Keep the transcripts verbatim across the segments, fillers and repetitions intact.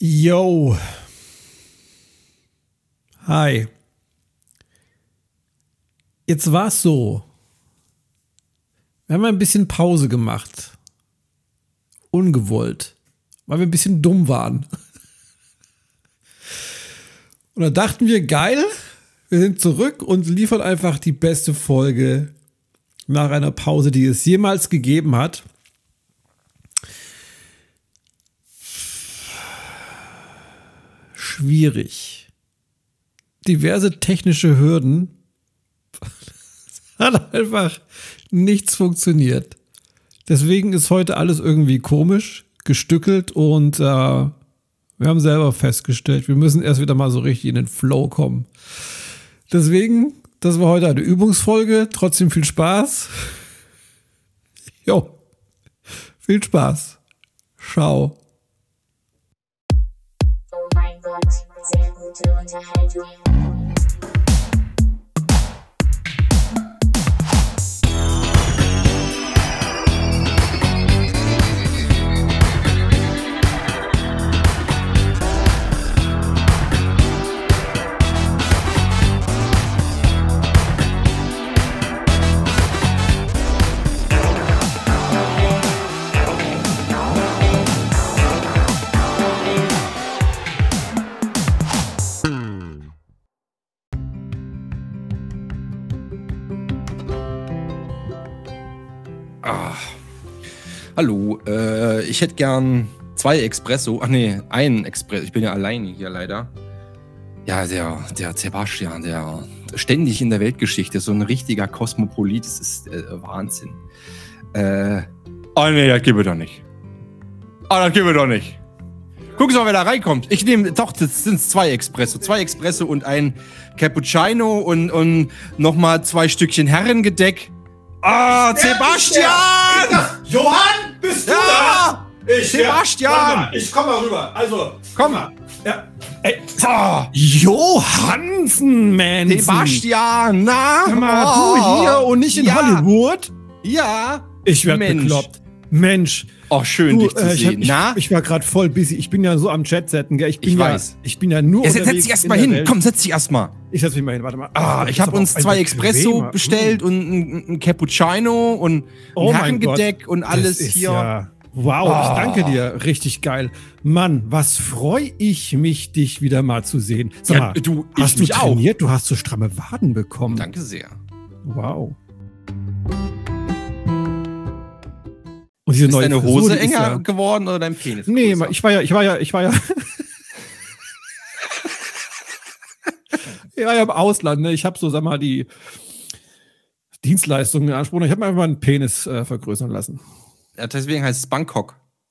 Yo. Hi. Jetzt war es so. Wir haben ein bisschen Pause gemacht. Ungewollt. Weil wir ein bisschen dumm waren. Und da dachten wir, geil, wir sind zurück und liefern einfach die beste Folge nach einer Pause, die es jemals gegeben hat. Schwierig. Diverse technische Hürden. Hat einfach nichts funktioniert. Deswegen ist heute alles irgendwie komisch, gestückelt und äh, wir haben selber festgestellt, wir müssen erst wieder mal so richtig in den Flow kommen. Deswegen, das war heute eine Übungsfolge. Trotzdem viel Spaß. Jo, viel Spaß. Ciao. Oh mein Gott, sehr gute Unterhaltung. Hallo, äh, ich hätte gern zwei Espresso. Ach nee, einen Espresso. Ich bin ja alleine hier leider. Ja, der, der Sebastian, der ständig in der Weltgeschichte, so ein richtiger Kosmopolit, das ist äh, Wahnsinn. Äh, oh nee, das gebe ich doch nicht. Oh, das gebe ich doch nicht. Guck mal, wer da reinkommt. Ich nehme, doch, das sind zwei Espresso. Zwei Espresso und ein Cappuccino und, und nochmal zwei Stückchen Herrengedeck. Ah, oh, Sebastian! Johann, bist du Ja! da? Ich, Sebastian! Ja, ich komm mal rüber. Also, Komm mal. Ja. Ey, Oh, Johansen, Mann. Sebastian, na? Sag mal, Oh, du hier und nicht in ja. Hollywood? Ja. Ich werd Mensch. bekloppt. Mensch. Oh, schön, Du, dich zu äh, ich, hab, sehen. ich, Na? ich war gerade voll busy. Ich bin ja so am Chat-Setten, gell? Ich bin Ich ja, weiß. Ich bin ja nur Ja, setz unterwegs dich erst in mal der hin. Welt. Komm, setz dich erst mal. Ich setz mich mal hin. Warte mal. Ah, das ich ist habe aber uns auch ein zwei Espresso bequemer. bestellt und ein, ein Cappuccino und Oh ein mein Herrengedeck Gott. und alles Das ist hier. Ja, wow, Oh. ich danke dir. Richtig geil. Mann, was freue ich mich, dich wieder mal zu sehen. Sag Ja, mal, du, ich hast du mich auch. trainiert? Du hast so stramme Waden bekommen. Danke sehr. Wow. Und diese Ist neue deine Frisur, Hose die ist enger ja, geworden oder dein Penis? Nee, größer? ich war ja, ich war ja, ich war ja. Ich war ja im Ausland, ne? Ich habe so, sag mal, die Dienstleistungen in Anspruch. Ich habe mir einfach mal einen Penis äh, vergrößern lassen. Ja, deswegen heißt es Bangkok.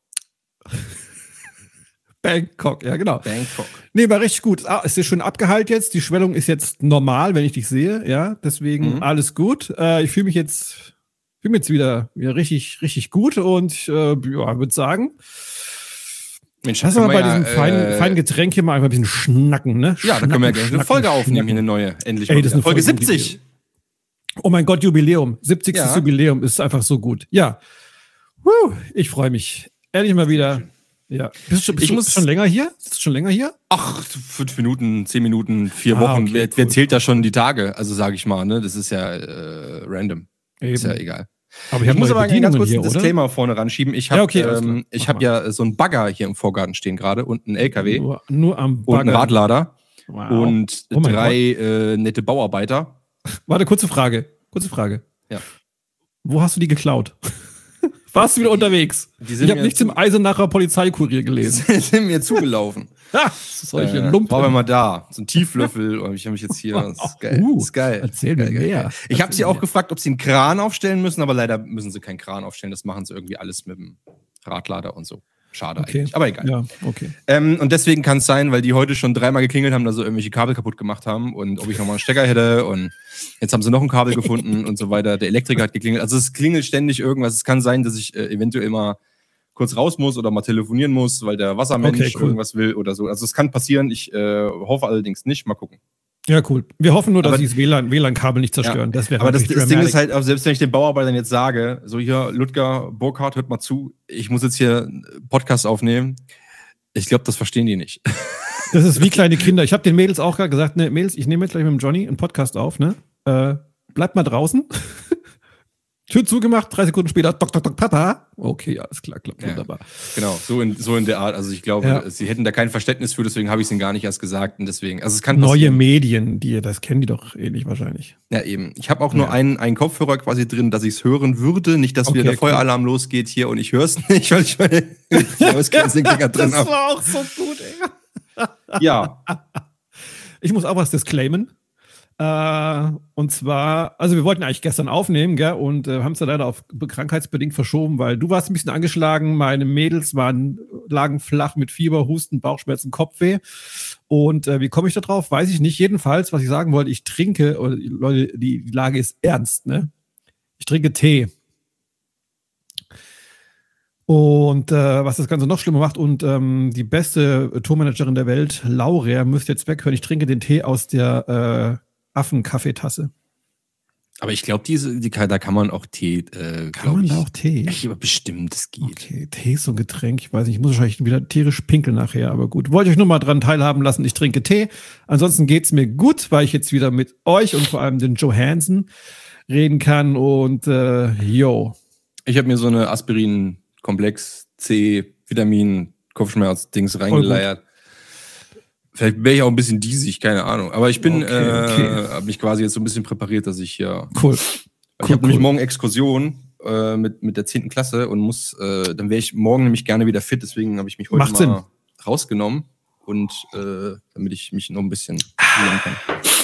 Bangkok, ja genau. Bangkok. Nee, war richtig gut. Ah, es ist schön abgeheilt jetzt. Die Schwellung ist jetzt normal, wenn ich dich sehe. Ja, deswegen Mhm. alles gut. Äh, ich fühle mich jetzt, fühle mich jetzt wieder, wieder richtig, richtig gut und äh, ja, würde sagen, Mensch, lass können mal wir bei ja, diesem feinen, äh, feinen Getränk hier mal einfach ein bisschen schnacken, ne? Ja, dann können wir ja Schnacken, gleich eine schnacken, Folge aufnehmen, hier schnacken. eine neue. Endlich Ey, mal das ist wieder. eine Folge Folge, die siebzig. Oh mein Gott, Jubiläum. siebzigstes Ja. Jubiläum ist einfach so gut. Ja. Woo, ich freue mich. Ehrlich mal wieder. Ja. Bist du, bist Ich du muss- schon länger hier? Bist du schon länger hier? Ach, fünf Minuten, zehn Minuten, vier Ah, Wochen. okay, wer, cool. wer zählt da schon die Tage? Also sage ich mal, ne? Das ist ja äh, random. Ist ja egal. Aber Ich haben muss neue aber ganz Bedienungen kurz hier, einen oder? Disclaimer vorne ranschieben. Ich habe Ja, okay, alles klar. ähm, ich Mach hab mal. ja so einen Bagger hier im Vorgarten stehen gerade und einen L K W Nur, nur am und einen Bagger. Radlader Wow. und Oh mein drei äh, nette Bauarbeiter. Warte, kurze Frage. Kurze Frage. Ja. Wo hast du die geklaut? Warst du wieder unterwegs? Die sind Ich habe mir nichts zu- im Eisenacher Polizeikurier Die gelesen. sind mir zugelaufen. Ha, solche Äh, Lumpen. War aber mal da. So ein Tieflöffel. Und ich habe mich jetzt hier. Das ist geil. Uh, das ist geil. erzähl mir geil, geil, mehr. geil. Ich habe Erzähl sie auch mir. gefragt, ob sie einen Kran aufstellen müssen, aber leider müssen sie keinen Kran aufstellen. Das machen sie irgendwie alles mit dem Radlader und so. Schade Okay. eigentlich. Aber egal. Ja, okay. Ähm, und deswegen kann es sein, weil die heute schon dreimal geklingelt haben, dass sie irgendwelche Kabel kaputt gemacht haben und ob ich nochmal einen Stecker hätte und jetzt haben sie noch ein Kabel gefunden und so weiter. Der Elektriker hat geklingelt. Also es klingelt ständig irgendwas. Es kann sein, dass ich äh, eventuell mal kurz raus muss oder mal telefonieren muss, weil der Wassermensch Okay, cool. irgendwas will oder so. Also es kann passieren. Ich äh, hoffe allerdings nicht. Mal gucken. Ja, cool. Wir hoffen nur, dass Aber- sie das W L A N, W L A N-Kabel nicht zerstören. Das wäre Aber das, natürlich das Ding dramatic. ist halt, auch selbst wenn ich den Bauarbeitern jetzt sage, so hier, Ludger, Burkhardt, hört mal zu, ich muss jetzt hier einen Podcast aufnehmen. Ich glaube, das verstehen die nicht. Das ist wie kleine Kinder. Ich habe den Mädels auch gerade gesagt, ne, Mädels, ich nehme jetzt gleich mit dem Johnny einen Podcast auf, ne? Äh, bleibt mal draußen. Tür zugemacht, drei Sekunden später, Doc, Doc, Doc, Papa. Okay, alles klar, klappt Ja, wunderbar. Genau, so in, so in der Art. Also ich glaube, Ja. sie hätten da kein Verständnis für, deswegen habe ich es ihnen gar nicht erst gesagt. Und deswegen, also es kann Neue passieren. Medien, die, das kennen die doch ähnlich wahrscheinlich. Ja, eben. Ich habe auch nur Ja. einen, einen Kopfhörer quasi drin, dass ich es hören würde. Nicht, dass Okay, wieder der cool. Feueralarm losgeht hier und ich höre es nicht, weil ich meine Ausgrenzdinger drin habe. war auch so gut, ey. Ja. Ich muss auch was disclaimen. Äh, und zwar, also wir wollten eigentlich gestern aufnehmen, gell, und äh, haben es dann leider auf krankheitsbedingt verschoben, weil du warst ein bisschen angeschlagen, meine Mädels waren, lagen flach mit Fieber, Husten, Bauchschmerzen, Kopfweh. Und äh, wie komme ich da drauf? Weiß ich nicht. Jedenfalls, was ich sagen wollte, ich trinke, oder die Leute, die, die Lage ist ernst, ne? Ich trinke Tee. Und äh, was das Ganze noch schlimmer macht, und ähm, die beste äh, Tourmanagerin der Welt, Laura, müsst ihr jetzt weghören, ich trinke den Tee aus der äh, Affenkaffeetasse. Aber ich glaube, diese, die, da kann man auch Tee, äh, Kann glaube man ich. da auch Tee? Ich aber bestimmt, das geht. Okay, Tee ist so ein Getränk, ich weiß nicht, ich muss wahrscheinlich wieder tierisch pinkeln nachher, aber gut. Wollte euch nur mal dran teilhaben lassen, ich trinke Tee. Ansonsten geht's mir gut, weil ich jetzt wieder mit euch und vor allem den Johansen reden kann und äh, yo. Ich habe mir so eine Aspirin-Komplex C Vitamin Kopfschmerz-Dings reingeleiert. Vielleicht wäre ich auch ein bisschen diesig, keine Ahnung. Aber ich bin, Okay, okay. äh, habe mich quasi jetzt so ein bisschen präpariert, dass ich ja. Cool. Ich Cool, habe nämlich cool. morgen Exkursion äh, mit, mit der zehnten Klasse und muss, äh, dann wäre ich morgen nämlich gerne wieder fit, deswegen habe ich mich heute Macht mal Sinn. rausgenommen und äh, damit ich mich noch ein bisschen spielen kann.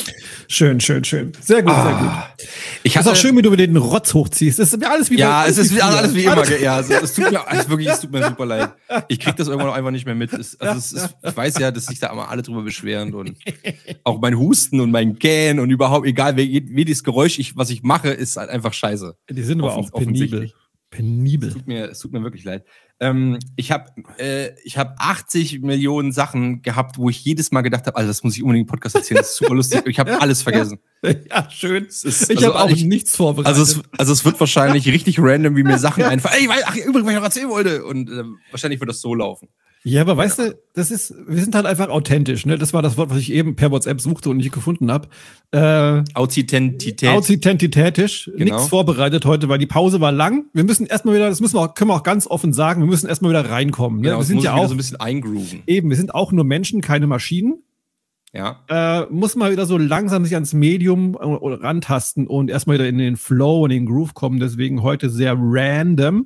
Schön, schön, schön. Sehr gut, sehr gut. Ich Das ist auch schön, wie du mit den Rotz hochziehst. Das ist alles wie Ja, es ist wie wie- früher. alles wie immer. gell? Ja, also, es tut mir also wirklich, es tut mir super leid. Ich krieg das irgendwann auch einfach nicht mehr mit. Es, also es ist, ich weiß ja, dass sich da immer alle drüber beschweren und auch mein Husten und mein Gähnen und überhaupt, egal wie, wie dieses Geräusch, ich, was ich mache, ist halt einfach scheiße. Die sind aber Offen- auch penibel. offensichtlich. Penibel. Es tut mir, es tut mir wirklich leid. Ähm, ich habe äh, ich hab achtzig Millionen Sachen gehabt, wo ich jedes Mal gedacht habe, also das muss ich unbedingt im Podcast erzählen, das ist super lustig. Ich habe alles vergessen. Ja, schön. Es ist- ich also habe auch ich- nichts vorbereitet. Also es, also es wird wahrscheinlich richtig random, wie mir Sachen einfallen. Ey, weil- ach, übrigens, was ich noch erzählen wollte. Und äh, wahrscheinlich wird das so laufen. ja, aber weißt du, das ist, wir sind halt einfach authentisch, ne? Das war das Wort, was ich eben per WhatsApp suchte und nicht gefunden habe. Äh, Authentität. Authentitätisch, Genau. nichts vorbereitet heute, weil die Pause war lang. Wir müssen erstmal wieder, das müssen wir auch, können wir auch ganz offen sagen, wir müssen erstmal wieder reinkommen. Ne? Genau, wir es sind muss ja ich wieder auch, so ein bisschen eingrooven. eben, wir sind auch nur Menschen, keine Maschinen. Ja. Äh, muss mal wieder so langsam sich ans Medium äh, rantasten und erstmal wieder in den Flow und den Groove kommen. Deswegen heute sehr random.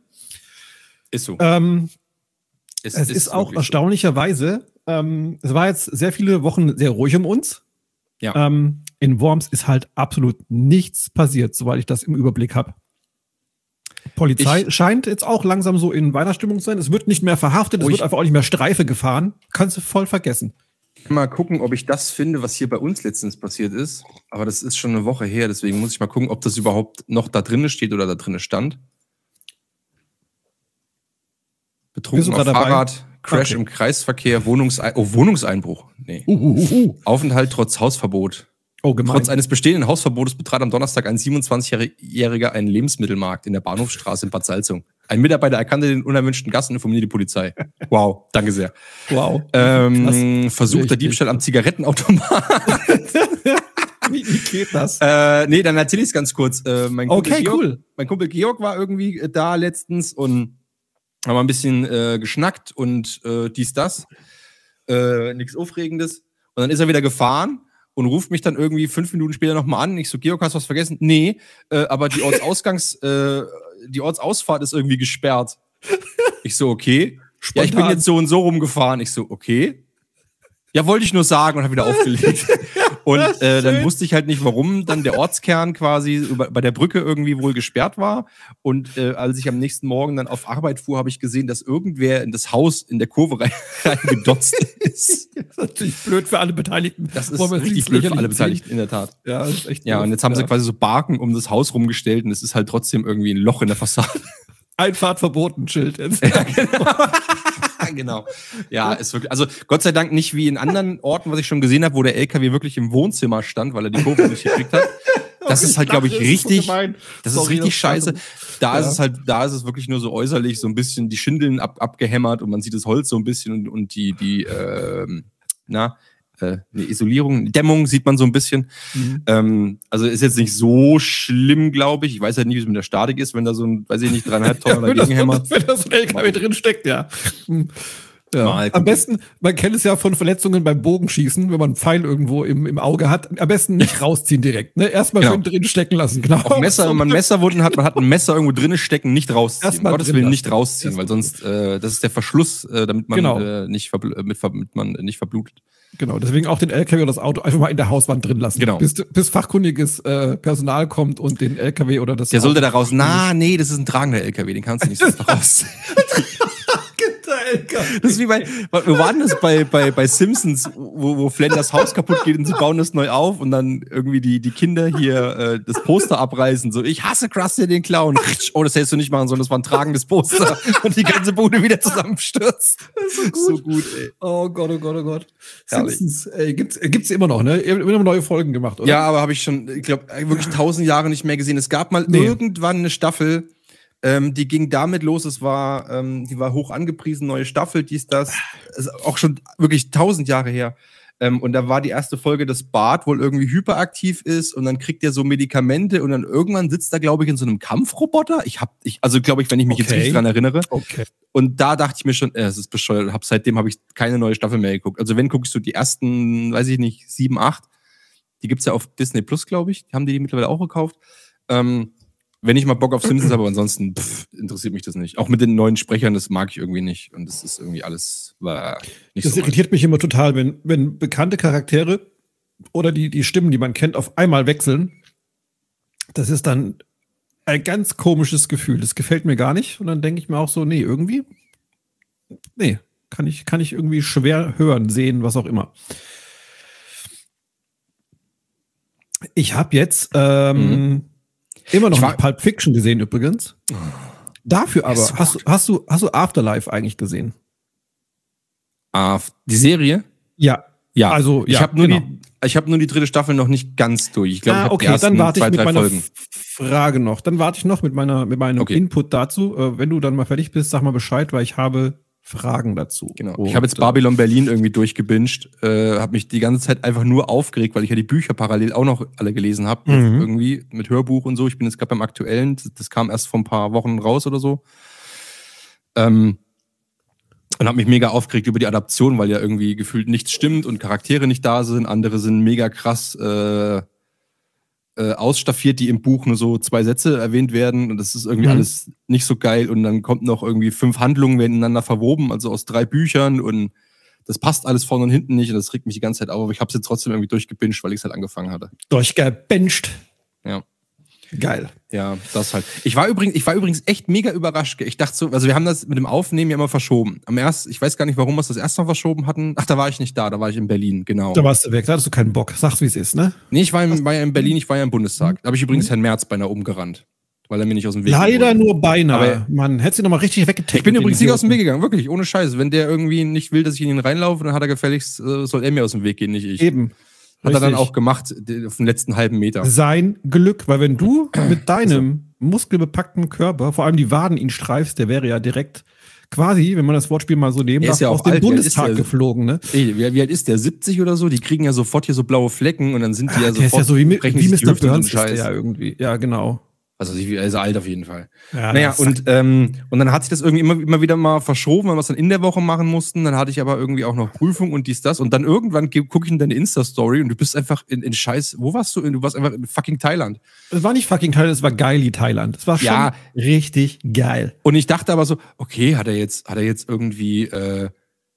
Ist so. Ähm, es es ist, auch wirklich erstaunlicherweise, ähm, es war jetzt sehr viele Wochen sehr ruhig um uns. Ja. Ähm, in Worms ist halt absolut nichts passiert, soweit ich das im Überblick habe. Polizei Ich- scheint jetzt auch langsam so in Weihnachtsstimmung zu sein. Es wird nicht mehr verhaftet, es Oh, wird ich- einfach auch nicht mehr Streife gefahren. Kannst du voll vergessen. so. Mal gucken, ob ich das finde, was hier bei uns letztens passiert ist. Aber das ist schon eine Woche her, deswegen muss ich mal gucken, ob das überhaupt noch da drinne steht oder da drinne stand. Bist Betrunken du auf gerade dabei? Fahrrad, Crash Okay. im Kreisverkehr, Wohnungsein oh, Wohnungseinbruch. Nee. Uh, uh, uh, uh. Aufenthalt trotz Hausverbot. Oh, gemein. Trotz eines bestehenden Hausverbotes betrat am Donnerstag ein siebenundzwanzigjähriger einen Lebensmittelmarkt in der Bahnhofstraße in Bad Salzung. Ein Mitarbeiter erkannte den unerwünschten Gast und informierte die Polizei. Wow, danke sehr. Wow. Ähm, versuchter Richtig. Diebstahl am Zigarettenautomat. Wie, wie geht das? äh, nee, dann erzähle ich es ganz kurz. Äh, mein Kumpel Okay, Georg, cool. Mein Kumpel Georg war irgendwie äh, da letztens und haben wir ein bisschen äh, geschnackt und äh, dies, das. Äh, nichts Aufregendes. Und dann ist er wieder gefahren und ruft mich dann irgendwie fünf Minuten später nochmal an. Ich so, Georg, hast du was vergessen? Nee, äh, aber die Ortsausgangs, äh, die Ortsausfahrt ist irgendwie gesperrt. Ich so, okay. Ja, ich bin Spontan. jetzt so und so rumgefahren. Ich so, okay. Ja, wollte ich nur sagen und habe wieder aufgelegt. Und äh, dann wusste ich halt nicht, warum dann der Ortskern quasi über, bei der Brücke irgendwie wohl gesperrt war. Und äh, als ich am nächsten Morgen dann auf Arbeit fuhr, habe ich gesehen, dass irgendwer in das Haus in der Kurve rein- reingedotzt ist. Das ist natürlich blöd für alle Beteiligten. Das ist Wollen wir jetzt richtig nichts blöd für alle lächerlich ziehen? Beteiligten, in der Tat. Ja, das ist echt Ja, doof. und jetzt haben sie Ja. quasi so Barken um das Haus rumgestellt und es ist halt trotzdem irgendwie ein Loch in der Fassade. Einfahrt verboten, Schild. Jetzt. Genau. Ja, ist wirklich, also Gott sei Dank nicht wie in anderen Orten, was ich schon gesehen habe, wo der L K W wirklich im Wohnzimmer stand, weil er die Kurve nicht gekriegt hat. Das ist halt, glaube ich, richtig, das ist Sorry, richtig das scheiße. Da Ja. ist es halt, da ist es wirklich nur so äußerlich, so ein bisschen die Schindeln ab, abgehämmert und man sieht das Holz so ein bisschen und, und die, die, ähm, na, äh, eine Isolierung, Dämmung sieht man so ein bisschen. Mhm. Ähm, also ist jetzt nicht so schlimm, glaube ich. Ich weiß halt nicht, wie es mit der Statik ist, wenn da so ein, weiß ich nicht, dreieinhalb Tonnen wenn, dagegen das, hämmert. wenn das so ein L K W drin steckt, ja. Hm. Ja. Mal Am gucken. besten, man kennt es ja von Verletzungen beim Bogenschießen, wenn man einen Pfeil irgendwo im, im Auge hat, am besten nicht rausziehen direkt. Ne? Erstmal Genau. schön drin stecken lassen. Genau. Auch Messer, wenn man Messerwunden hat, man hat ein Messer irgendwo drin stecken, nicht rausziehen. Erstmal Um Gottes drin Willen lassen. nicht rausziehen, weil sonst, äh, das ist der Verschluss, äh, damit man, Genau. äh, nicht, verbl- äh, mit, ver- mit man nicht verblutet. Genau, deswegen auch den L K W oder das Auto einfach mal in der Hauswand drin lassen. Genau. Bis, bis fachkundiges äh, Personal kommt und den L K W oder das Der sollte Auto da raus, na, nee, das ist ein tragender L K W, den kannst du nicht so einfach rausziehen. Der L K W. Das ist wie bei, wo war denn das bei, bei, bei Simpsons, wo, wo Flanders Haus kaputt geht und sie bauen das neu auf und dann irgendwie die, die Kinder hier äh, das Poster abreißen. So, ich hasse Krusty den Clown. Oh, das hättest du nicht machen sollen, das war ein tragendes Poster. Und die ganze Bude wieder zusammenstürzt. Das ist so gut, ey. Oh Gott, oh Gott, oh Gott. Herrlich. Simpsons, ey, gibt's, gibt's immer noch, ne? Immer noch neue Folgen gemacht, oder? Ja, aber habe ich schon, ich glaube, wirklich tausend Jahre nicht mehr gesehen. Es gab mal Nee. irgendwann eine Staffel, ähm, die ging damit los. Es war, ähm, die war hoch angepriesen, neue Staffel, dies, das. Ist auch schon wirklich tausend Jahre her. Ähm, und da war die erste Folge, dass Bart wohl irgendwie hyperaktiv ist und dann kriegt er so Medikamente und dann irgendwann sitzt er, glaube ich, in so einem Kampfroboter. Ich hab, ich, also glaube ich, wenn ich mich jetzt Okay. richtig dran erinnere. Okay. Und da dachte ich mir schon, äh, es ist bescheuert. Hab, seitdem habe ich keine neue Staffel mehr geguckt. Also wenn guckst du die ersten, weiß ich nicht, sieben, acht, die gibt's ja auf Disney Plus, glaube ich. Die haben die mittlerweile auch gekauft. Ähm, wenn ich mal Bock auf Simpsons habe, aber ansonsten pff, interessiert mich das nicht. Auch mit den neuen Sprechern, das mag ich irgendwie nicht. Und das ist irgendwie alles war nicht Das so. irritiert mich immer total, wenn, wenn bekannte Charaktere oder die, die Stimmen, die man kennt, auf einmal wechseln. Das ist dann ein ganz komisches Gefühl. Das gefällt mir gar nicht. Und dann denke ich mir auch so, nee, irgendwie, nee, kann ich, kann ich irgendwie schwer hören, sehen, was auch immer. Ich habe jetzt ähm, Mhm. immer noch Ich war- nicht Pulp Fiction gesehen übrigens. Dafür aber, ist so hast, du, hast, du, hast du Afterlife eigentlich gesehen? Ah, die Serie? Ja. Ja. Also, ich ja, habe nur, genau. die- ich hab nur die dritte Staffel noch nicht ganz durch. Ich glaube, Ah, ich habe okay, die ersten dann warte zwei, ich mit drei meiner Folgen. F- Frage noch. Dann warte ich noch mit meiner mit meinem Okay. Input dazu. Äh, wenn du dann mal fertig bist, sag mal Bescheid, weil ich habe Fragen dazu. Genau. Und, Ich habe jetzt Babylon Berlin irgendwie durchgebinged, äh, habe mich die ganze Zeit einfach nur aufgeregt, weil ich ja die Bücher parallel auch noch alle gelesen habe, Mhm. irgendwie mit Hörbuch und so. Ich bin jetzt gerade beim aktuellen, das, das kam erst vor ein paar Wochen raus oder so. Ähm, und habe mich mega aufgeregt über die Adaption, weil ja irgendwie gefühlt nichts stimmt und Charaktere nicht da sind. Andere sind mega krass äh, äh, ausstaffiert, die im Buch nur so zwei Sätze erwähnt werden. Und das ist irgendwie Mhm. alles nicht so geil. Und dann kommt noch irgendwie fünf Handlungen werden ineinander verwoben, also aus drei Büchern. Und das passt alles vorne und hinten nicht. Und das regt mich die ganze Zeit auf. Aber ich habe es jetzt trotzdem irgendwie durchgebinged, weil ich es halt angefangen hatte. durchgebencht. Ja. Geil. Ja, das halt. Ich war übrigens, ich war übrigens echt mega überrascht. Ich dachte so, also wir haben das mit dem Aufnehmen ja immer verschoben. Am ersten, ich weiß gar nicht, warum wir es das erste Mal verschoben hatten. Ach, da war ich nicht da, da war ich in Berlin, genau. Da warst du weg, da hattest du keinen Bock. Sag's, wie es ist, ne? Nee, ich war, im, war ja in Berlin, ich war ja im Bundestag. Da habe ich übrigens Herrn Merz beinahe umgerannt, weil er mir nicht aus dem Weg Leider ging. nur beinahe. Aber- Mann, hättest du noch mal richtig weggetippt. Ich bin übrigens nicht aus dem Weg gegangen, wirklich, ohne Scheiß. Wenn der irgendwie nicht will, dass ich in ihn reinlaufe, dann hat er gefälligst, äh, soll er mir aus dem Weg gehen, nicht ich. Eben. Hat er dann Richtig. auch gemacht, die- auf den letzten halben Meter. Sein Glück, weil wenn du mit deinem muskelbepackten Körper, vor allem die Waden ihn streifst, der wäre ja direkt quasi, wenn man das Wortspiel mal so nehmen Er darf, ist ja auch aus dem alt, wie alt ist Bundestag der? geflogen, ne? Ey, wie, wie alt ist der? siebzig oder so? Die kriegen ja sofort hier so blaue Flecken und dann sind die ja Der ist sofort. ja so wie, brechen wie sich die Mister Hüfte und Burns so ist einen der ja Scheiß. irgendwie. Ja, genau. Also er ist alt auf jeden Fall. Ja, Naja, das- und, ähm, und dann hat sich das irgendwie immer, immer wieder mal verschoben, weil wir es dann in der Woche machen mussten. Dann hatte ich aber irgendwie auch noch Prüfung und dies, das. Und dann irgendwann gucke ich in deine Insta-Story und du bist einfach in, in Scheiß. Wo warst du? Du warst einfach in fucking Thailand. Es war nicht fucking Thailand, es war geili Thailand. Es war schon Ja. richtig geil. Und ich dachte aber so, okay, hat er jetzt, hat er jetzt irgendwie, äh,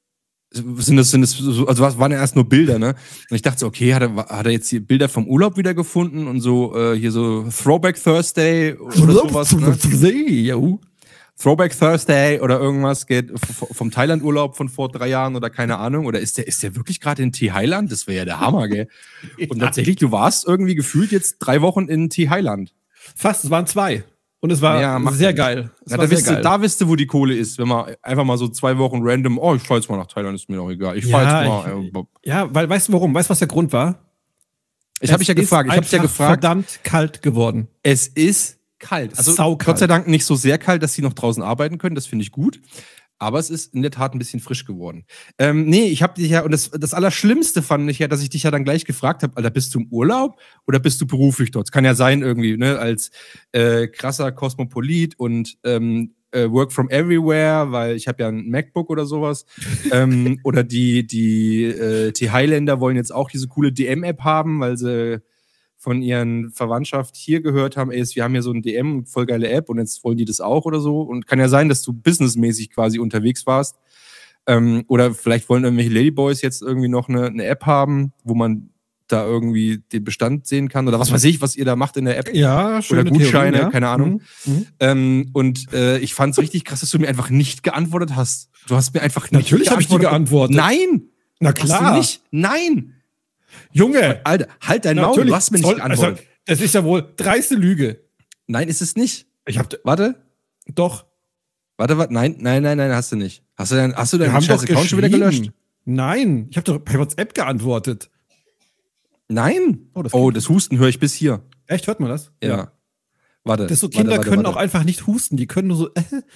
sind das, sind das so, also was waren ja erst nur Bilder, ne? Und ich dachte so, okay, hat er, hat er jetzt die Bilder vom Urlaub wieder gefunden und so, äh, hier so Throwback Thursday oder sowas, ne? Jo. Throwback Thursday oder irgendwas geht v- vom Thailand-Urlaub von vor drei Jahren oder keine Ahnung. Oder ist der, ist der wirklich gerade in Thailand? Das wäre ja der Hammer, gell? Und tatsächlich, du warst irgendwie gefühlt jetzt drei Wochen in Thailand. Fast, es waren zwei. Und es war Ja, macht sehr nichts. geil. Es Ja, war da, sehr wisst du, geil. da wisst du, wo die Kohle ist, wenn man einfach mal so zwei Wochen random, oh, ich fahr jetzt mal nach Thailand, ist mir doch egal. Ich fahr Ja, jetzt mal. ich- Äh, Ja, weil, weißt du warum? Weißt du, was der Grund war? Ich habe dich ja gefragt. Ich habe dich ja gefragt. Verdammt kalt geworden. Es ist kalt. Also Saukalt. Gott sei Dank nicht so sehr kalt, dass sie noch draußen arbeiten können. Das finde ich gut. Aber es ist in der Tat ein bisschen frisch geworden. Ähm, nee, ich habe dich ja, und das, das Allerschlimmste fand ich ja, dass ich dich ja dann gleich gefragt habe, Alter, bist du im Urlaub oder bist du beruflich dort? Es kann ja sein irgendwie, ne, als äh, krasser Kosmopolit und ähm, äh, Work from Everywhere, weil ich habe ja ein MacBook oder sowas. ähm, oder die, die, äh, die Highlander wollen jetzt auch diese coole D M-App haben, weil sie von ihren Verwandtschaft hier gehört haben, ey, wir haben hier so ein D M, voll geile App und jetzt wollen die das auch oder so. Und kann ja sein, dass du businessmäßig quasi unterwegs warst. Ähm, oder vielleicht wollen irgendwelche Ladyboys jetzt irgendwie noch eine, eine App haben, wo man da irgendwie den Bestand sehen kann oder was weiß ich, was ihr da macht in der App. Ja, schöne oder Gutscheine, Theorie, ja. keine Ahnung. Mhm. Mhm. Ähm, und äh, ich fand es richtig krass, dass du mir einfach nicht geantwortet hast. Du hast mir einfach nicht Natürlich habe ich dir geantwortet. Nein! Na klar. Hast du nicht? Nein! Junge! Alter, halt dein Maul, du hast mir nicht soll, geantwortet. Also, das ist ja wohl dreiste Lüge. Nein, ist es nicht. Ich hab, Warte. Doch. Warte, warte. Nein, nein, nein, nein, hast du nicht. Hast du deinen, hast du Wir deinen haben scheiß doch Account schon wieder gelöscht? geschrieben. Nein, ich habe doch bei WhatsApp geantwortet. Nein? Oh, das, oh, das Husten höre ich bis hier. Echt, hört man das? Ja. ja. Warte. Das so Kinder warte, warte, können warte. auch einfach nicht husten. Die können nur so.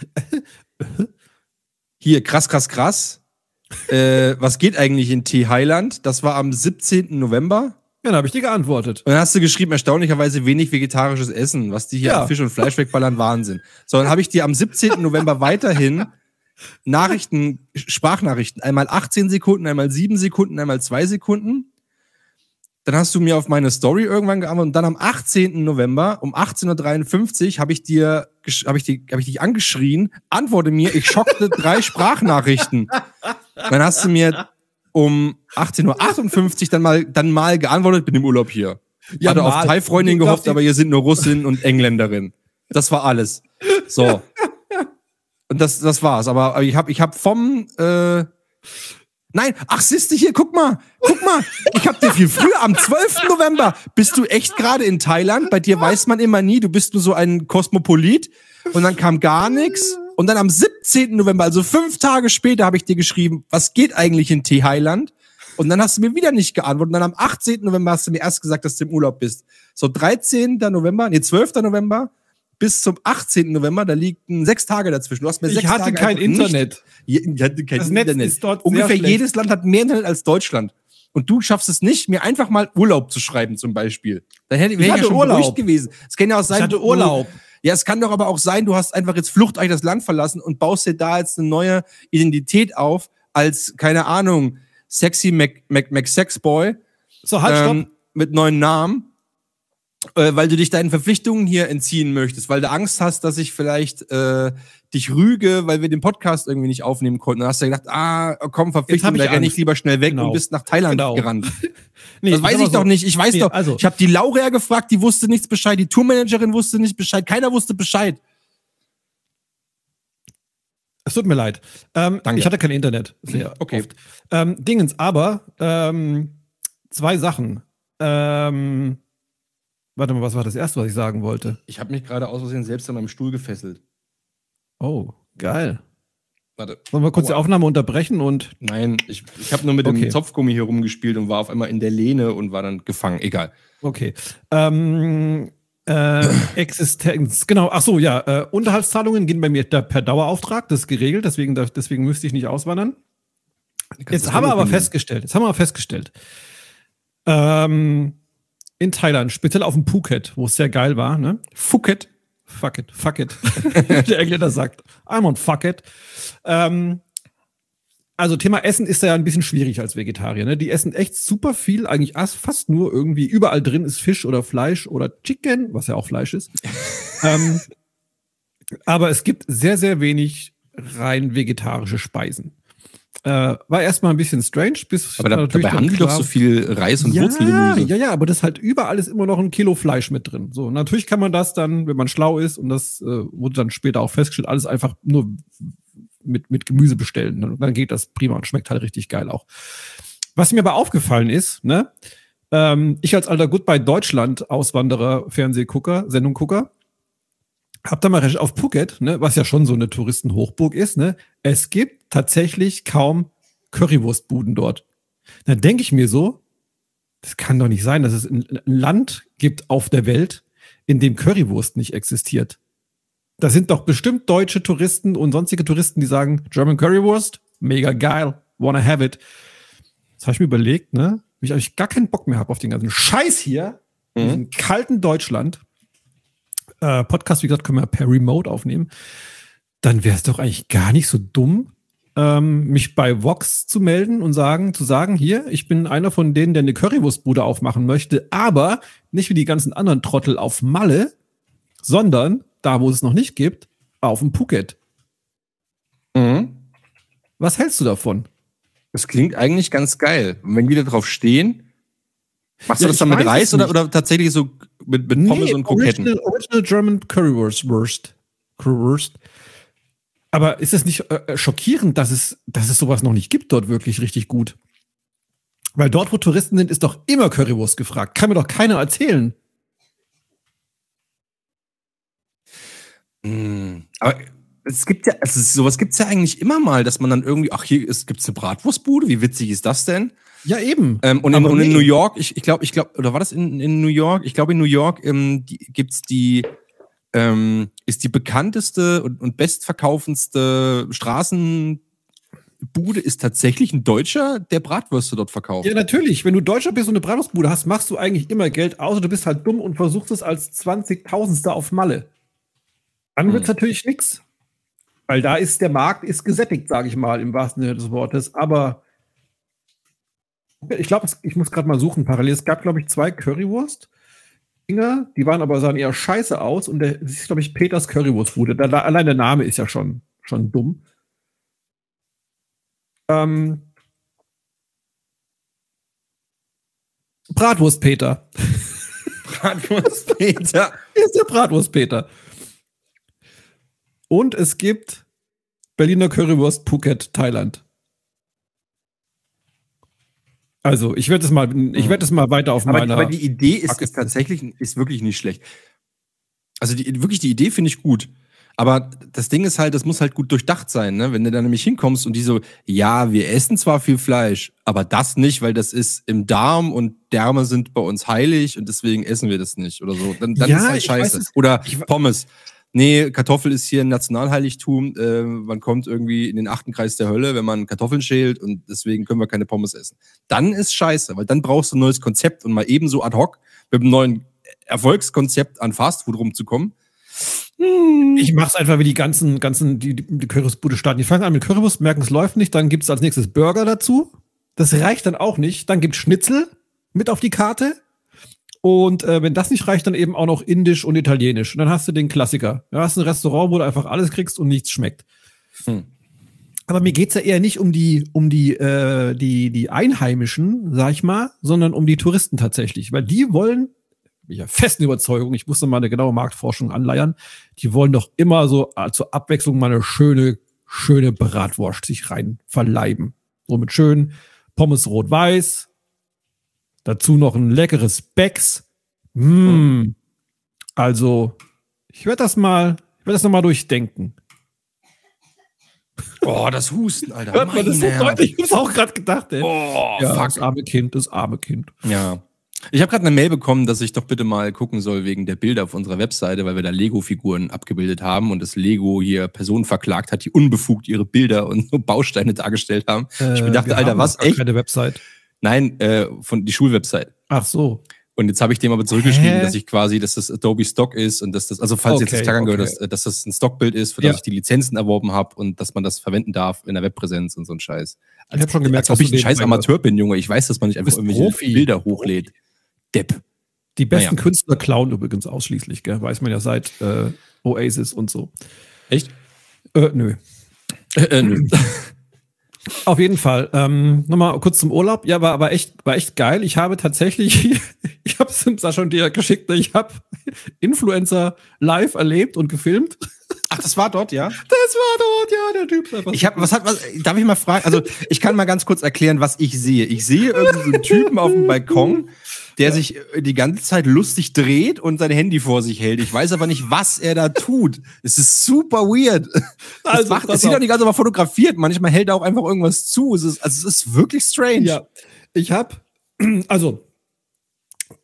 Hier, krass, krass, krass. äh, was geht eigentlich in Thailand? Das war am siebzehnten November. Ja, dann habe ich dir geantwortet. Und dann hast du geschrieben, erstaunlicherweise wenig vegetarisches Essen, was die hier Ja. an Fisch und Fleisch wegballern, Wahnsinn. So, dann habe ich dir am siebzehnten November weiterhin Nachrichten, Sprachnachrichten, einmal achtzehn Sekunden, einmal sieben Sekunden, einmal zwei Sekunden. Dann hast du mir auf meine Story irgendwann geantwortet und dann am achtzehnten November um achtzehn Uhr dreiundfünfzig habe ich dir, habe ich, die, hab ich dich angeschrien, antworte mir, ich schockte drei Sprachnachrichten. Dann hast du mir um achtzehn Uhr achtundfünfzig dann mal, dann mal geantwortet, bin im Urlaub hier. Ja, Hatte auf mal. Thai-Freundin Du gehofft, darfst aber ihr sind nur Russin und Engländerin. Das war alles. So. Und das, das war's. Aber ich habe ich hab vom, äh, nein, ach, siehste hier, guck mal, guck mal, ich hab dir viel früher, am zwölften November, bist du echt gerade in Thailand, bei dir weiß man immer nie, du bist nur so ein Kosmopolit und dann kam gar nichts und dann am siebzehnten November, also fünf Tage später, habe ich dir geschrieben, was geht eigentlich in Thailand? Und dann hast du mir wieder nicht geantwortet und dann am achtzehnten November hast du mir erst gesagt, dass du im Urlaub bist. So dreizehnten November, nee, zwölften November bis zum achtzehnten November, da liegen sechs Tage dazwischen. Du hast mir Ich sechs hatte Tage kein einfach nicht- Internet. Ich hatte kein Das Netz Internet. ist dort sehr Ungefähr schlecht. jedes Land hat mehr Internet als Deutschland. Und du schaffst es nicht, mir einfach mal Urlaub zu schreiben, zum Beispiel. Dann hätte ich ja hatte schon Urlaub. beruhigt gewesen. Es kann ja auch sein, Ich hatte du- Urlaub. Ja, es kann doch aber auch sein, du hast einfach jetzt fluchtartig das Land verlassen und baust dir da jetzt eine neue Identität auf als, keine Ahnung, sexy Mac, Mac, Mac Sex Boy. So, halt, stopp. ähm, mit neuen Namen. Äh, weil du dich deinen Verpflichtungen hier entziehen möchtest, weil du Angst hast, dass ich vielleicht äh, dich rüge, weil wir den Podcast irgendwie nicht aufnehmen konnten. Dann hast du gedacht, ah, komm, Jetzt Verpflichtung, hab ich da renn ich Angst. lieber schnell weg Genau. und bist nach Thailand Genau. gerannt. Nee, Das weiß sag ich mal so. doch nicht. Ich weiß Nee, doch. also- Ich habe die Laurea gefragt, die wusste nichts Bescheid. Die Tourmanagerin wusste nicht Bescheid. Keiner wusste Bescheid. Es tut mir leid. Ähm, Danke. ich hatte kein Internet. Sehr Okay. oft. Ähm, Dingens, aber ähm, zwei Sachen. Ähm, warte mal, was war das erste, was ich sagen wollte? Ich habe mich gerade aus Versehen selbst an meinem Stuhl gefesselt. Oh, geil. Warte. Wollen wir kurz die Aua. Aufnahme unterbrechen und Nein, ich, ich habe nur mit Okay. dem Zopfgummi hier rumgespielt und war auf einmal in der Lehne und war dann gefangen. Egal. okay. Ähm, äh, Existenz, genau, ach so, ja, äh, Unterhaltszahlungen gehen bei mir da per Dauerauftrag, das ist geregelt, deswegen, deswegen müsste ich nicht auswandern. Jetzt haben wir aber festgestellt, jetzt haben wir aber festgestellt, ähm, in Thailand, speziell auf dem Phuket, wo es sehr geil war, ne? Phuket. Fuck it, fuck it. Der Engländer sagt, I'm on fuck it. Ähm, also Thema Essen ist ja ein bisschen schwierig als Vegetarier. Ne? Die essen echt super viel, eigentlich fast nur irgendwie. Überall drin ist Fisch oder Fleisch oder Chicken, was ja auch Fleisch ist. ähm, aber es gibt sehr, sehr wenig rein vegetarische Speisen. Äh, war erstmal ein bisschen strange, bis Aber da, natürlich dabei dann haben die doch klar- so viel Reis und ja, Wurzelgemüse. ja, ja, aber das halt überall ist immer noch ein Kilo Fleisch mit drin. So, natürlich kann man das dann, wenn man schlau ist, und das äh, wurde dann später auch festgestellt, alles einfach nur mit, mit Gemüse bestellen. Und dann geht das prima und schmeckt halt richtig geil auch. Was mir aber aufgefallen ist, ne, ähm, ich als alter Goodbye Deutschland Auswanderer, Fernsehgucker, Sendunggucker, hab da mal recherchiert auf Phuket, ne, was ja schon so eine Touristenhochburg ist, ne, es gibt tatsächlich kaum Currywurstbuden dort. Dann denke ich mir so, Das kann doch nicht sein, dass es ein Land gibt auf der Welt, in dem Currywurst nicht existiert. Da sind doch bestimmt deutsche Touristen und sonstige Touristen, die sagen, German Currywurst, mega geil, wanna have it. Das habe ich mir überlegt, ne? Wenn ich eigentlich gar keinen Bock mehr habe auf den ganzen Scheiß hier, mhm. in diesem kalten Deutschland, äh, Podcast, wie gesagt, können wir per Remote aufnehmen, dann wäre es doch eigentlich gar nicht so dumm, ähm, mich bei Vox zu melden und sagen, zu sagen, hier, ich bin einer von denen, der eine Currywurstbude aufmachen möchte, aber nicht wie die ganzen anderen Trottel auf Malle, sondern da, wo es noch nicht gibt, auf dem Phuket. Mhm. Was hältst du davon? Das klingt eigentlich ganz geil. Und wenn wir da drauf stehen, machst Ja, du das ich dann mit weiß Reis es oder, nicht. oder tatsächlich so mit, mit Pommes Nee, und Kroketten? Original, Original German Currywurst. Wurst. Currywurst. Aber ist es nicht äh, schockierend, dass es, dass es sowas noch nicht gibt dort wirklich richtig gut? Weil dort, wo Touristen sind, ist doch immer Currywurst gefragt. Kann mir doch keiner erzählen. Mm, aber es gibt ja, also sowas gibt es ja eigentlich immer mal, dass man dann irgendwie, ach, hier gibt es eine Bratwurstbude, wie witzig ist das denn? Ja, eben. Ähm, und, in, Aber und in nee. New York, ich, ich glaube, ich glaube, oder war das in, in New York? Ich glaube, in New York ähm, die, gibt's die, ähm, ist die bekannteste und, und bestverkaufendste Straßenbude ist tatsächlich ein Deutscher, der Bratwürste dort verkauft. Ja, natürlich. Wenn du Deutscher bist und eine Bratwurstbude hast, machst du eigentlich immer Geld, außer du bist halt dumm und versuchst es als zwanzigtausendster auf Malle. Dann wird's Hm. natürlich nix. Weil da ist der Markt ist gesättigt, sage ich mal, im wahrsten Sinne des Wortes. Aber ich glaube, ich muss gerade mal suchen parallel. Es gab, glaube ich, zwei Currywurst-Dinger, die waren aber, sahen eher scheiße aus. Und der das ist, glaube ich, Peters Currywurstbude. Da, da, allein der Name ist ja schon, schon dumm. Ähm, Bratwurst-Peter. Bratwurst-Peter. Hier ist der Bratwurst-Peter. Und es gibt Berliner Currywurst Phuket, Thailand. Also, ich werde es mal, ich werde es mal weiter auf Aber, meiner. aber die Idee ist, Bucketlist. ist tatsächlich ist wirklich nicht schlecht. Also die, wirklich die Idee finde ich gut. Aber das Ding ist halt, das muss halt gut durchdacht sein, ne? Wenn du da nämlich hinkommst und die so, ja, wir essen zwar viel Fleisch, aber das nicht, weil das ist im Darm und Därme sind bei uns heilig und deswegen essen wir das nicht oder so. Dann, dann Ja, ist halt ich scheiße. weiß es- Oder ich- Pommes. Nee, Kartoffel ist hier ein Nationalheiligtum. Äh, man kommt irgendwie in den achten Kreis der Hölle, wenn man Kartoffeln schält und deswegen können wir keine Pommes essen. Dann ist scheiße, weil dann brauchst du ein neues Konzept und mal ebenso ad hoc mit einem neuen Erfolgskonzept an Fastfood rumzukommen. Ich mach's einfach wie die ganzen, ganzen, die, die, die Currywurstbude starten. Die fangen an mit Currywurst, merken, es läuft nicht, dann gibt's als nächstes Burger dazu. Das reicht dann auch nicht. Dann gibt's Schnitzel mit auf die Karte. Und äh, wenn das nicht reicht, dann eben auch noch Indisch und Italienisch. Und dann hast du den Klassiker. Dann hast du ein Restaurant, wo du einfach alles kriegst und nichts schmeckt. Hm. Aber mir geht's ja eher nicht um die, um die, äh, die, die Einheimischen, sag ich mal, sondern um die Touristen tatsächlich. Weil die wollen, bin ich ja festen Überzeugung, ich musste mal eine genaue Marktforschung anleiern, die wollen doch immer so äh, zur Abwechslung mal eine schöne, schöne Bratwurst sich rein verleiben. So mit schön Pommes rot-weiß, dazu noch ein leckeres Becks. Mm. Also, ich werde das mal, ich werde das nochmal durchdenken. Oh, das Husten, Alter. Hört man das so Meine Herren. deutlich? Ich hab's auch gerade gedacht, ey. Oh, Ja, fuck. das arme Kind, das arme Kind. Ja. Ich habe gerade eine Mail bekommen, dass ich doch bitte mal gucken soll wegen der Bilder auf unserer Webseite, weil wir da Lego-Figuren abgebildet haben und das Lego hier Personen verklagt hat, die unbefugt ihre Bilder und so Bausteine dargestellt haben. ich mir dachte, wir Alter, haben was? noch gar Echt? keine Website. Nein, äh, von die Schulwebsite. Ach so. Und jetzt habe ich dem aber zurückgeschrieben, Hä? dass ich quasi, dass das Adobe Stock ist und dass das, also falls jetzt das Okay, Taggern gehört, okay. dass, äh, dass das ein Stockbild ist, für Ja. das ich die Lizenzen erworben habe und dass man das verwenden darf in der Webpräsenz und so ein Scheiß. Ich habe schon gemerkt, Als ob dass ich du ein scheiß nebenbei- Amateur bin, Junge. Ich weiß, dass man nicht einfach bist irgendwelche Profi. Bilder hochlädt. Depp. Die besten Naja. Künstler klauen übrigens ausschließlich, gell? Weiß man ja seit äh, Oasis und so. Echt? Äh, nö. Äh, äh, nö. Auf jeden Fall. Ähm, Nochmal kurz zum Urlaub. Ja, war aber echt, war echt geil. Ich habe tatsächlich, ich habe es Sascha und dir geschickt, ich habe Influencer live erlebt und gefilmt. Ach, das war dort, ja? Das war dort, ja, der Typ. ist einfach Ich habe, was hat, was, darf ich mal fragen? Also, ich kann mal ganz kurz erklären, was ich sehe. Ich sehe irgendeinen so einen Typen auf dem Balkon, der ja. sich die ganze Zeit lustig dreht und sein Handy vor sich hält. Ich weiß aber nicht, was er da tut. Es ist super weird. Das Also, macht, pass es sieht auf. auch nicht ganz aber fotografiert. Manchmal hält er auch einfach irgendwas zu. Es ist, also, es ist wirklich strange. Ja, ich habe, also,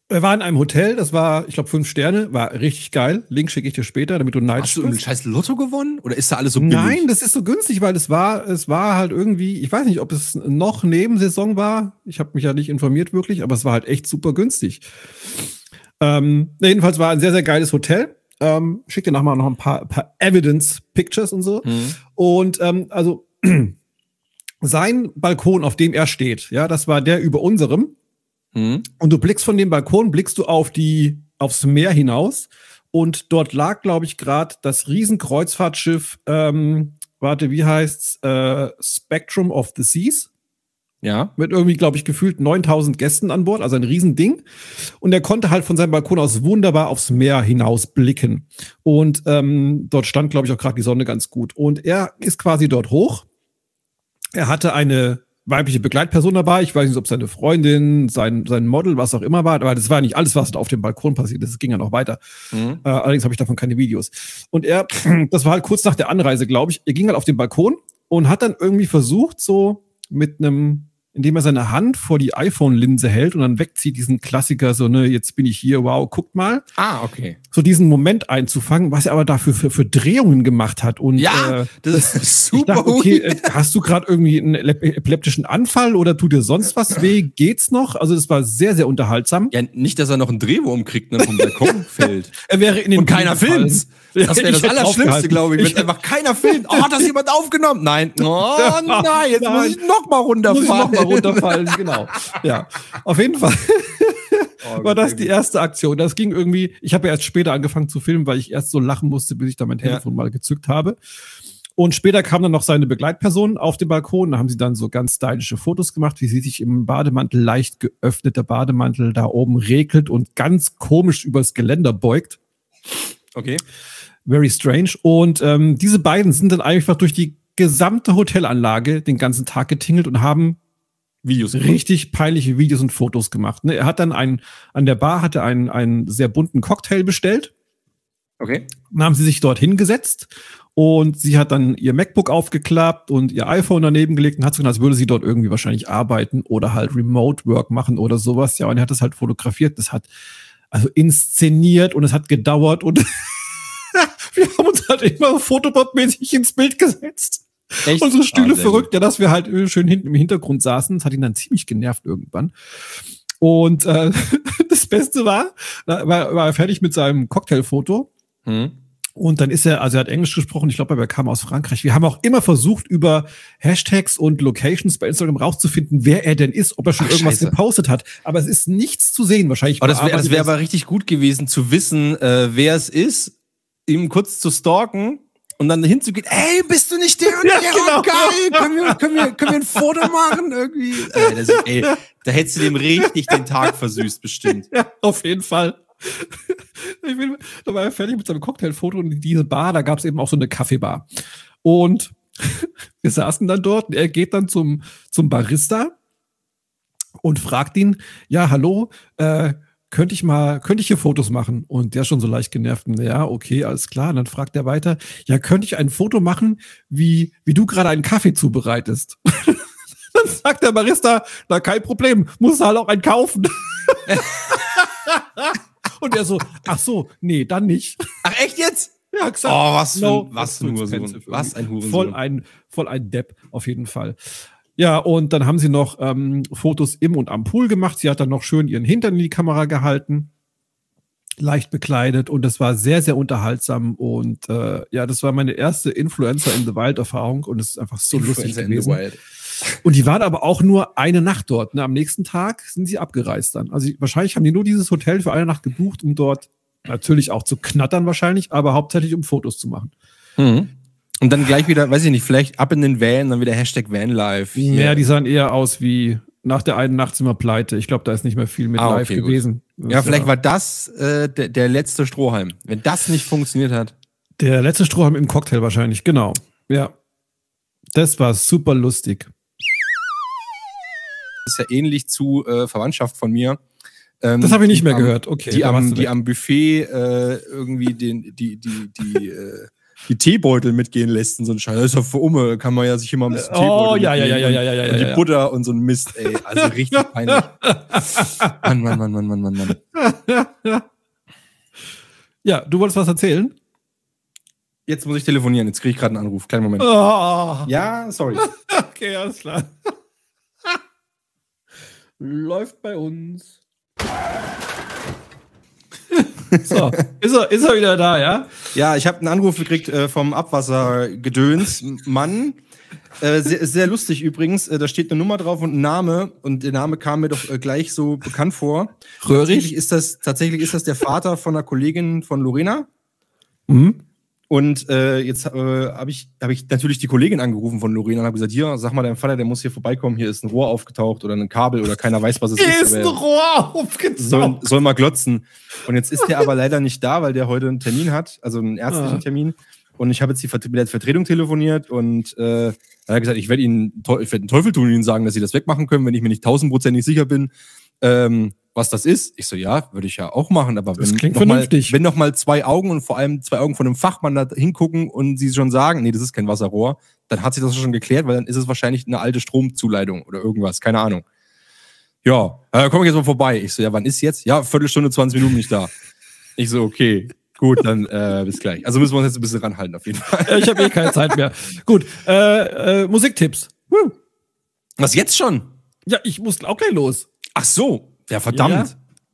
Wir waren in einem Hotel, das war, ich glaube, fünf Sterne, war richtig geil. Link schicke ich dir später, damit du neidisch Hast du ein scheiß Lotto gewonnen? Oder ist da alles so billig? Nein, das ist so günstig, weil es war, es war halt irgendwie, ich weiß nicht, ob es noch Nebensaison war. Ich habe mich ja nicht informiert wirklich, aber es war halt echt super günstig. Ähm, jedenfalls war ein sehr, sehr geiles Hotel. Ähm, schick dir nachher noch ein paar, paar Evidence-Pictures und so. Mhm. Und ähm, also sein Balkon, auf dem er steht, ja, das war der über unserem. Mhm. Und du blickst von dem Balkon, blickst du auf die, aufs Meer hinaus. Und dort lag, glaube ich, gerade das Riesenkreuzfahrtschiff, ähm, warte, wie heißt's? Äh, Spectrum of the Seas. Ja. Mit irgendwie, glaube ich, gefühlt neuntausend Gästen an Bord, also ein Riesending. Und er konnte halt von seinem Balkon aus wunderbar aufs Meer hinaus blicken. Und ähm, dort stand, glaube ich, auch gerade die Sonne ganz gut. Und er ist quasi dort hoch. Er hatte eine weibliche Begleitperson dabei. Ich weiß nicht, ob es seine Freundin, sein, sein Model, was auch immer war. Aber das war nicht alles, was auf dem Balkon passiert ist. Es ging ja noch weiter. Mhm. Äh, allerdings habe ich davon keine Videos. Und er, das war halt kurz nach der Anreise, glaube ich. Er ging halt auf den Balkon und hat dann irgendwie versucht, so mit einem, indem er seine Hand vor die iPhone-Linse hält und dann wegzieht, diesen Klassiker, so, ne, jetzt bin ich hier, wow, guckt mal. Ah, okay. So diesen Moment einzufangen, was er aber dafür für, für Drehungen gemacht hat. Und, Ja, äh, das ist super. ich dachte, okay, äh, hast du gerade irgendwie einen epileptischen Anfall oder tut dir sonst was weh? Geht's noch? Also das war sehr, sehr unterhaltsam. Ja, nicht, dass er noch einen Drehwurm kriegt, ne, vom Balkon fällt. Er wäre in den Und keiner Boden gefallen. filmt. Das wäre das Ich hätte Allerschlimmste, draufgehalten. glaube ich. Wenn Ich- einfach keiner filmt. Oh, hat das jemand aufgenommen? Nein. Oh nein, jetzt Nein. muss ich noch mal runterfallen. Muss ich noch mal runterfallen, genau. Ja, auf jeden Fall Oh, war das sehr die gut. erste Aktion. Das ging irgendwie, ich habe ja erst später angefangen zu filmen, weil ich erst so lachen musste, bis ich da mein Telefon mal gezückt habe. Und später kam dann noch seine Begleitperson auf den Balkon. Da haben sie dann so ganz stylische Fotos gemacht, wie sie sich im Bademantel, leicht geöffneter Bademantel, da oben regelt und ganz komisch übers Geländer beugt. Okay. Very strange. Und ähm, diese beiden sind dann einfach durch die gesamte Hotelanlage den ganzen Tag getingelt und haben Videos. richtig peinliche Videos und Fotos gemacht. Ne? Er hat dann einen, an der Bar hatte einen, einen sehr bunten Cocktail bestellt. Okay. Dann haben sie sich dort hingesetzt und sie hat dann ihr MacBook aufgeklappt und ihr iPhone daneben gelegt und hat so gedacht, als würde sie dort irgendwie wahrscheinlich arbeiten oder halt Remote Work machen oder sowas. Ja, und er hat das halt fotografiert. Das hat also inszeniert und es hat gedauert und wir haben uns halt immer fotobot-mäßig ins Bild gesetzt. Echt? Unsere Stühle Ah, sehr verrückt, ja, dass wir halt schön hinten im Hintergrund saßen. Das hat ihn dann ziemlich genervt irgendwann. Und äh, das Beste war, da war, war er fertig mit seinem Cocktailfoto. Hm. Und dann ist er, also er hat Englisch gesprochen, ich glaube, er kam aus Frankreich. Wir haben auch immer versucht, über Hashtags und Locations bei Instagram rauszufinden, wer er denn ist, ob er schon Ach, irgendwas Scheiße. gepostet hat. Aber es ist nichts zu sehen, wahrscheinlich. Aber das wäre das bearbeitet wär er- aber richtig gut gewesen, zu wissen, äh, wer es ist, ihm kurz zu stalken und dann hinzugehen, ey, bist du nicht der? Und Ja, der? genau. Oh, geil, können wir, können, wir, können wir ein Foto machen irgendwie? Ey, das, ey, da hättest du dem richtig den Tag versüßt, bestimmt. Ja, auf jeden Fall. Ich bin, da war er fertig mit seinem Cocktailfoto und diese Bar, da gab es eben auch so eine Kaffeebar. Und wir saßen dann dort und er geht dann zum, zum Barista und fragt ihn, ja, hallo, äh, könnte ich mal, könnte ich hier Fotos machen? Und der schon so leicht genervt, ja, okay, alles klar. Und dann fragt er weiter, ja, könnte ich ein Foto machen, wie, wie du gerade einen Kaffee zubereitest? Dann sagt der Barista, na, kein Problem, muss halt auch einen kaufen. Und er so, ach so, nee, dann nicht. Ach, echt jetzt? Ja, gesagt, Oh, was für, no, was too ein Hurensohn. expensive Was ein irgendwie. Hurensohn. Voll ein, voll ein Depp, auf jeden Fall. Ja, und dann haben sie noch ähm, Fotos im und am Pool gemacht. Sie hat dann noch schön ihren Hintern in die Kamera gehalten, leicht bekleidet und das war sehr, sehr unterhaltsam. Und äh, ja, das war meine erste Influencer in the Wild-Erfahrung und es ist einfach so lustig Influencer in the gewesen. Wild. Und die waren aber auch nur eine Nacht dort. Ne? Am nächsten Tag sind sie abgereist dann. Also wahrscheinlich haben die nur dieses Hotel für eine Nacht gebucht, um dort natürlich auch zu knattern wahrscheinlich, aber hauptsächlich um Fotos zu machen. Mhm. Und dann gleich wieder, weiß ich nicht, vielleicht ab in den Van, dann wieder Hashtag Vanlife. Hier. Ja, die sahen eher aus wie nach der einen Nacht sind wir pleite. Ich glaube, da ist nicht mehr viel mit Ah, live okay, gut. gewesen. Das Ja, ist vielleicht war das äh, der, der letzte Strohhalm. Wenn das nicht funktioniert hat. der letzte Strohhalm im Cocktail wahrscheinlich, genau. Ja. Das war super lustig. Das ist ja ähnlich zu äh, Verwandtschaft von mir. Ähm, Das habe ich nicht die mehr am- gehört. Okay. Die da warst am, du die weg. am Buffet äh, irgendwie den, die, die, die äh, die Teebeutel mitgehen lässt und so ein Scheiß. Das ist doch für Umme, kann man ja sich immer ein bisschen Oh, Teebeutel ja, ja, ja, ja, mitnehmen ja, ja, ja, und die ja. Butter und so ein Mist, ey. Also richtig peinlich. Mann, Mann, Mann, Mann, Mann, Mann, Mann. Ja, du wolltest was erzählen? Jetzt muss ich telefonieren, jetzt kriege ich gerade einen Anruf. Kleinen Moment. Oh. Ja, sorry. Okay, alles klar. Läuft bei uns. So, ist er, ist er wieder da, ja? Ja, ich habe einen Anruf gekriegt äh, vom Abwassergedöns. Mann, äh, sehr, sehr lustig übrigens. Äh, da steht eine Nummer drauf und ein Name. Und der Name kam mir doch äh, gleich so bekannt vor. Röhrig? Tatsächlich ist das, tatsächlich ist das der Vater von einer Kollegin von Lorena. Mhm. Und äh, jetzt äh, habe ich, hab ich natürlich die Kollegin angerufen von Lorena und habe gesagt, hier, sag mal deinem Vater, der muss hier vorbeikommen, hier ist ein Rohr aufgetaucht oder ein Kabel oder keiner weiß, was es Hier ist. ist ein aber Rohr aufgetaucht. soll, soll mal glotzen. Und jetzt ist der aber leider nicht da, weil der heute einen Termin hat, also einen ärztlichen Ah. Termin. Und ich habe jetzt die Vert- mit der Vertretung telefoniert und äh, er hat gesagt, ich werde ihnen Teu- ich werd den Teufel tun und ihnen sagen, dass sie das wegmachen können, wenn ich mir nicht tausendprozentig sicher bin, ähm, was das ist. Ich so, ja, würde ich ja auch machen, aber Das wenn klingt noch mal, vernünftig. wenn noch mal zwei Augen und vor allem zwei Augen von einem Fachmann da hingucken und sie schon sagen, nee, das ist kein Wasserrohr, dann hat sich das schon geklärt, weil dann ist es wahrscheinlich eine alte Stromzuleitung oder irgendwas, keine Ahnung. Ja, äh, komm ich jetzt mal vorbei. Ich so, ja, wann ist jetzt? Ja, Viertelstunde, zwanzig Minuten nicht da. Ich so, okay, gut, dann äh, bis gleich. Also müssen wir uns jetzt ein bisschen ranhalten auf jeden Fall. Ich habe eh keine Zeit mehr. Gut, äh, äh, Musiktipps. Woo. Was, jetzt schon? Ja, ich muss auch gleich los. Ach so, ja, verdammt. Ja,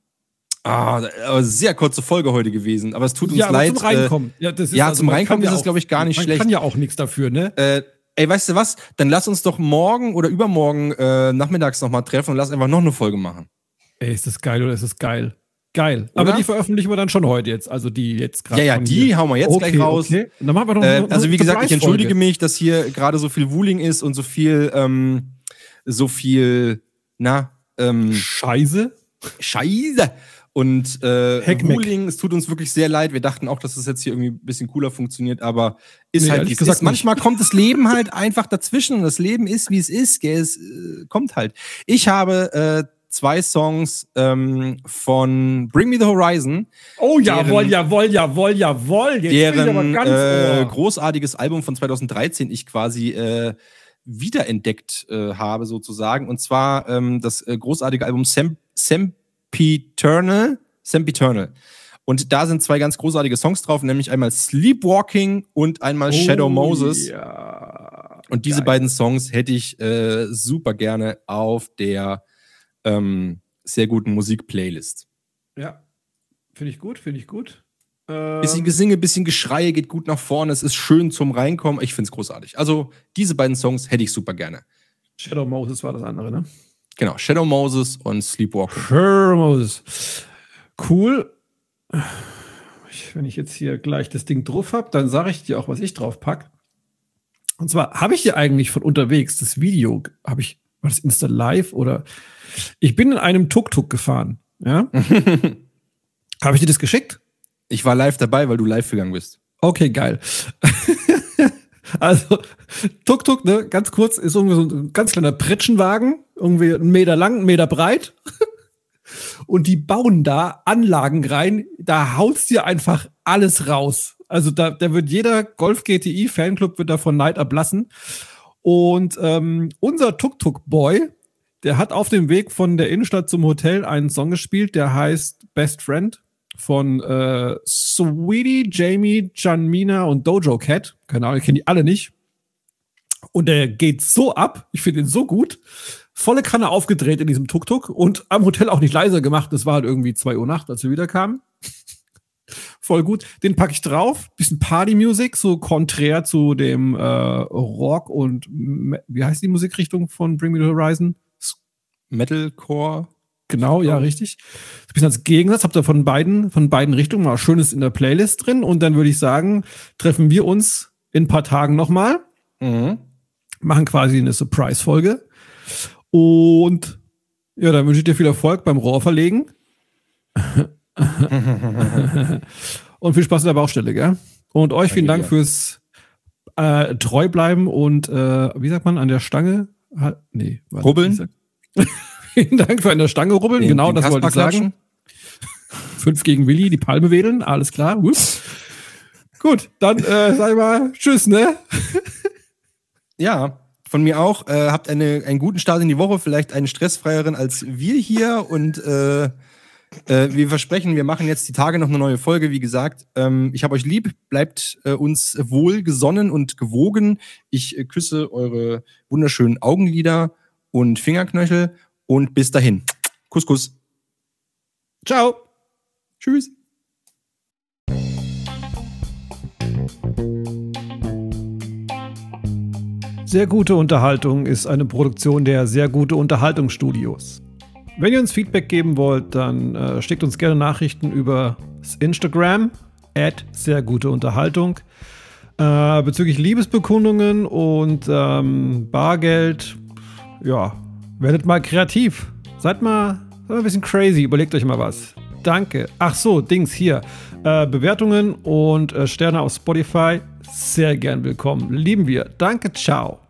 Ah, aber sehr kurze Folge heute gewesen, aber es tut uns ja, aber leid. zum Reinkommen. Ja, das ist ja, also, zum man Reinkommen kann ist ja es, glaube ich, gar nicht man schlecht. Man kann ja auch nichts dafür, ne? Äh, ey, weißt du was? Dann lass uns doch morgen oder übermorgen äh, nachmittags nochmal treffen und lass einfach noch eine Folge machen. Ey, ist das geil oder ist das geil? Geil. Oder? Aber die veröffentlichen wir dann schon heute jetzt. Also die jetzt gerade. Ja, ja, von die hier. hauen wir jetzt okay, gleich raus. Okay. Und dann machen wir noch, Äh, noch also wie eine gesagt, ich entschuldige Surprise-Folge. mich, dass hier gerade so viel Wuling ist und so viel, ähm, so viel, na, ähm, Scheiße. Scheiße. Und äh, Heckmeck. Wuling, es tut uns wirklich sehr leid. Wir dachten auch, dass das jetzt hier irgendwie ein bisschen cooler funktioniert, aber ist Nee, halt, ehrlich wie es gesagt ist. Manchmal kommt das Leben halt einfach dazwischen und das Leben ist, wie es ist. Gell? Es äh, kommt halt. Ich habe äh, zwei Songs ähm, von Bring Me the Horizon, Oh, jawohl, Deren- jawohl, jawohl, jawohl. Jetzt bin ich aber deren ganz äh, ohr. großartiges Album von zweitausenddreizehn ich quasi äh, wiederentdeckt äh, habe, sozusagen. Und zwar ähm, das äh, großartige Album Sem Sempiternal. Sempiternal. Und da sind zwei ganz großartige Songs drauf, nämlich einmal Sleepwalking und einmal Shadow Oh, Moses. Ja. Und diese Geil. beiden Songs hätte ich äh, super gerne auf der ähm, sehr guten Musik-Playlist. Ja. Finde ich gut, finde ich gut. Ähm, Bisschen Gesinge, bisschen Geschreie, geht gut nach vorne. Es ist schön zum Reinkommen. Ich finde es großartig. Also, diese beiden Songs hätte ich super gerne. Shadow Moses war das andere, ne? Genau, Shadow Moses und Sleepwalking. Shadow Moses. Cool. Ich, wenn ich jetzt hier gleich das Ding drauf habe, dann sage ich dir auch, was ich drauf pack. Und zwar habe ich hier eigentlich von unterwegs das Video, habe ich, war das Insta Live oder ich bin in einem Tuk-Tuk gefahren. Ja? Habe ich dir das geschickt? Ich war live dabei, weil du live gegangen bist. Okay, geil. Also, Tuk-Tuk, ne, ganz kurz, ist irgendwie so ein ganz kleiner Pritschenwagen, irgendwie einen Meter lang, einen Meter breit. Und die bauen da Anlagen rein, da haut's dir einfach alles raus. Also da, da wird jeder Golf-G T I-Fanclub wird davon Neid ablassen. Und ähm, unser Tuk-Tuk-Boy, der hat auf dem Weg von der Innenstadt zum Hotel einen Song gespielt, der heißt Best Friend von äh, Sweetie, Jamie, Janmina und Dojo Cat. Keine Ahnung, ich kenne die alle nicht. Und der geht so ab, ich finde ihn so gut. Volle Kanne aufgedreht in diesem Tuk-Tuk und am Hotel auch nicht leiser gemacht. Das war halt irgendwie zwei Uhr Nacht, als wir wieder kamen. Voll gut. Den packe ich drauf. Bisschen Party-Music, so konträr zu dem äh, Rock und Me- wie heißt die Musikrichtung von Bring Me the Horizon? Metalcore. Genau, ja, richtig. Ein bisschen als Gegensatz, habt ihr von beiden, von beiden Richtungen mal Schönes in der Playlist drin. Und dann würde ich sagen, treffen wir uns in ein paar Tagen nochmal. Mhm. Machen quasi eine Surprise-Folge. Und ja, dann wünsche ich dir viel Erfolg beim Rohrverlegen. Und viel Spaß in der Baustelle, gell? Und euch vielen Dank dir. fürs äh, treu bleiben und äh, wie sagt man, an der Stange? Ha- Nee, warte, Rubbeln? wie sagt- Vielen Dank für an der Stange rubbeln, Den- genau, den das wollte ich Kasper sagen. Fünf gegen Willi, die Palme wedeln, alles klar. Ups. Gut, dann äh, sag ich mal tschüss, ne? Ja, von mir auch. Äh, habt eine, einen guten Start in die Woche, vielleicht einen stressfreieren als wir hier. Und äh, äh, wir versprechen, wir machen jetzt die Tage noch eine neue Folge. Wie gesagt, ähm, ich habe euch lieb. Bleibt äh, uns wohlgesonnen und gewogen. Ich äh, küsse eure wunderschönen Augenlider und Fingerknöchel. Und bis dahin. Kuss, Kuss. Ciao. Tschüss. Sehr gute Unterhaltung ist eine Produktion der Sehr gute Unterhaltungsstudios. Wenn ihr uns Feedback geben wollt, dann äh, schickt uns gerne Nachrichten über das Instagram at sehr gute Unterhaltung äh, bezüglich Liebesbekundungen und ähm, Bargeld. Ja, werdet mal kreativ. Seid mal, seid mal ein bisschen crazy. Überlegt euch mal was. Danke. Ach so, Dings hier. Äh, Bewertungen und äh, Sterne auf Spotify. Sehr gern willkommen. Lieben wir. Danke. Ciao.